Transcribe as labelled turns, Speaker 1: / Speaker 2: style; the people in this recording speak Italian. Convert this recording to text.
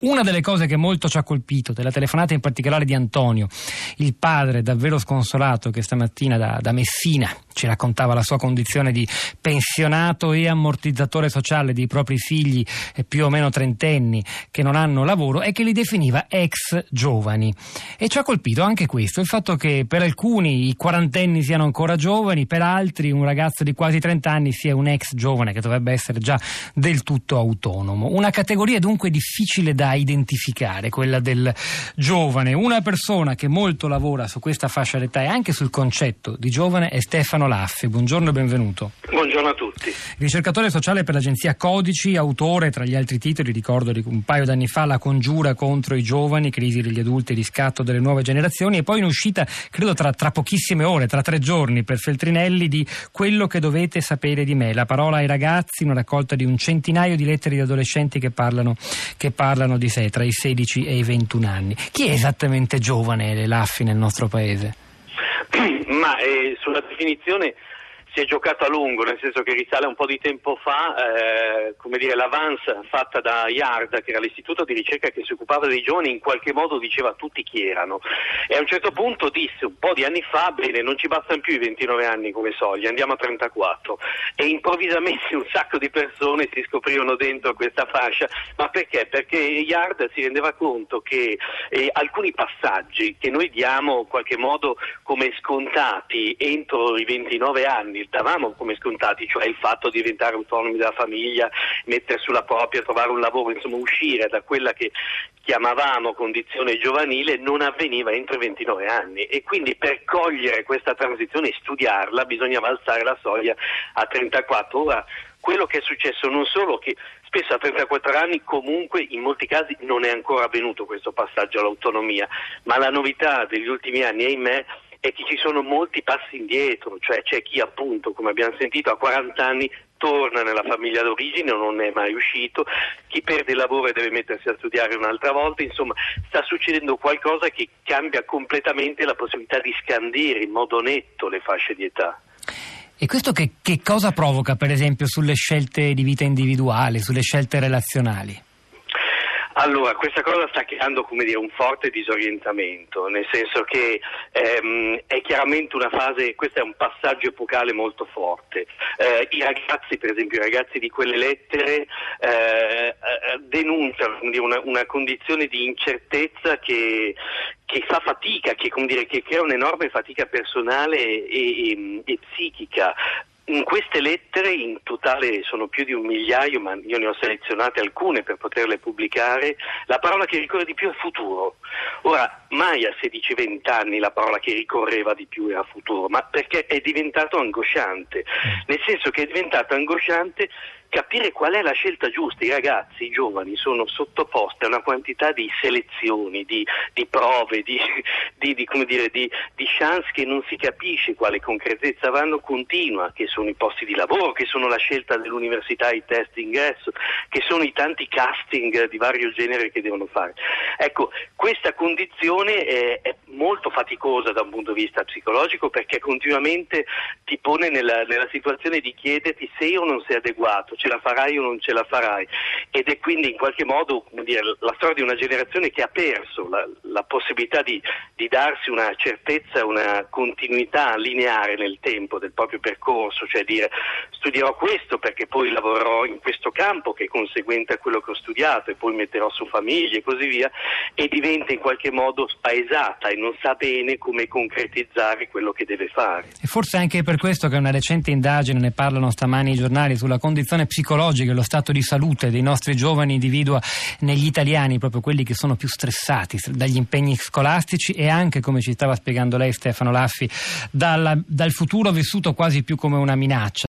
Speaker 1: Una delle cose che molto ci ha colpito, della telefonata in particolare di Antonio, il padre davvero sconsolato che stamattina da Messina ci raccontava la sua condizione di pensionato e ammortizzatore sociale dei propri figli più o meno trentenni che non hanno lavoro, e che li definiva ex giovani. E ci ha colpito anche questo, il fatto che per alcuni i quarantenni siano ancora giovani, per altri un ragazzo di quasi 30 anni sia un ex giovane che dovrebbe essere già del tutto autonomo. Una categoria dunque difficile da identificare, quella del giovane. Una persona che molto lavora su questa fascia d'età e anche sul concetto di giovane è Stefano Laffi. Buongiorno e benvenuto.
Speaker 2: Buongiorno a tutti.
Speaker 1: Ricercatore sociale per l'agenzia Codici, autore tra gli altri titoli, ricordo di un paio d'anni fa, La congiura contro i giovani, crisi degli adulti e riscatto delle nuove generazioni, e poi in uscita, credo tra pochissime ore, tra 3 giorni, per Feltrinelli, di Quello che dovete sapere di me, la parola ai ragazzi, una raccolta di un centinaio di lettere di adolescenti che parlano di sé tra i 16 e i 21 anni. Chi è esattamente giovane, Laffi, nel nostro paese?
Speaker 2: Ma sulla definizione si è giocato a lungo, nel senso che risale un po' di tempo fa, l'avance fatta da IARD, che era l'istituto di ricerca che si occupava dei giovani, in qualche modo diceva a tutti chi erano, e a un certo punto disse un po' di anni fa: bene, non ci bastano più i 29 anni come soglia, andiamo a 34, e improvvisamente un sacco di persone si scoprirono dentro questa fascia. Ma perché? Perché IARD si rendeva conto che alcuni passaggi che noi diamo in qualche modo come scontati entro i 29 anni, davamo come scontati, cioè il fatto di diventare autonomi dalla famiglia, mettere sulla propria, trovare un lavoro, insomma uscire da quella che chiamavamo condizione giovanile, non avveniva entro i 29 anni, e quindi per cogliere questa transizione e studiarla bisognava alzare la soglia a 34. Ora, quello che è successo non solo che spesso a 34 anni comunque in molti casi non è ancora avvenuto questo passaggio all'autonomia, ma la novità degli ultimi anni, ahimè, è che ci sono molti passi indietro, cioè c'è chi appunto, come abbiamo sentito, a 40 anni torna nella famiglia d'origine o non è mai uscito, chi perde il lavoro e deve mettersi a studiare un'altra volta. Insomma, sta succedendo qualcosa che cambia completamente la possibilità di scandire in modo netto le fasce di età.
Speaker 1: E questo che cosa provoca, per esempio, sulle scelte di vita individuali, sulle scelte relazionali?
Speaker 2: Allora, questa cosa sta creando, un forte disorientamento, nel senso che è chiaramente una fase, questo è un passaggio epocale molto forte. I ragazzi, per esempio, i ragazzi di quelle lettere denunciano una condizione di incertezza che fa fatica, che crea un'enorme fatica personale e psichica. In queste lettere, in totale sono più di 1 migliaio, ma io ne ho selezionate alcune per poterle pubblicare, la parola che ricorre di più è futuro. Ora, mai a 16-20 anni la parola che ricorreva di più era futuro, ma perché è diventato angosciante, nel senso che è diventato angosciante capire qual è la scelta giusta. I ragazzi, i giovani, sono sottoposti a una quantità di selezioni, di prove, di chance che non si capisce quale concretezza avranno continua, che sono i posti di lavoro, che sono la scelta dell'università, i test ingresso, che sono i tanti casting di vario genere che devono fare. Ecco, questa condizione è molto faticosa da un punto di vista psicologico, perché continuamente ti pone nella situazione di chiederti se io non sei adeguato, ce la farai o non ce la farai, ed è quindi in qualche modo la storia di una generazione che ha perso la possibilità di darsi una certezza, una continuità lineare nel tempo del proprio percorso, cioè dire: studierò questo perché poi lavorerò in questo campo che è conseguente a quello che ho studiato, e poi metterò su famiglie e così via, e diventa in qualche modo spaesata e non sa bene come concretizzare quello che deve fare.
Speaker 1: E forse anche per questo che una recente indagine, ne parlano stamani i giornali, sulla condizione psicologica e lo stato di salute dei nostri giovani individua negli italiani proprio quelli che sono più stressati dagli impegni scolastici e anche, come ci stava spiegando lei, Stefano Laffi, dal futuro vissuto quasi più come una minaccia.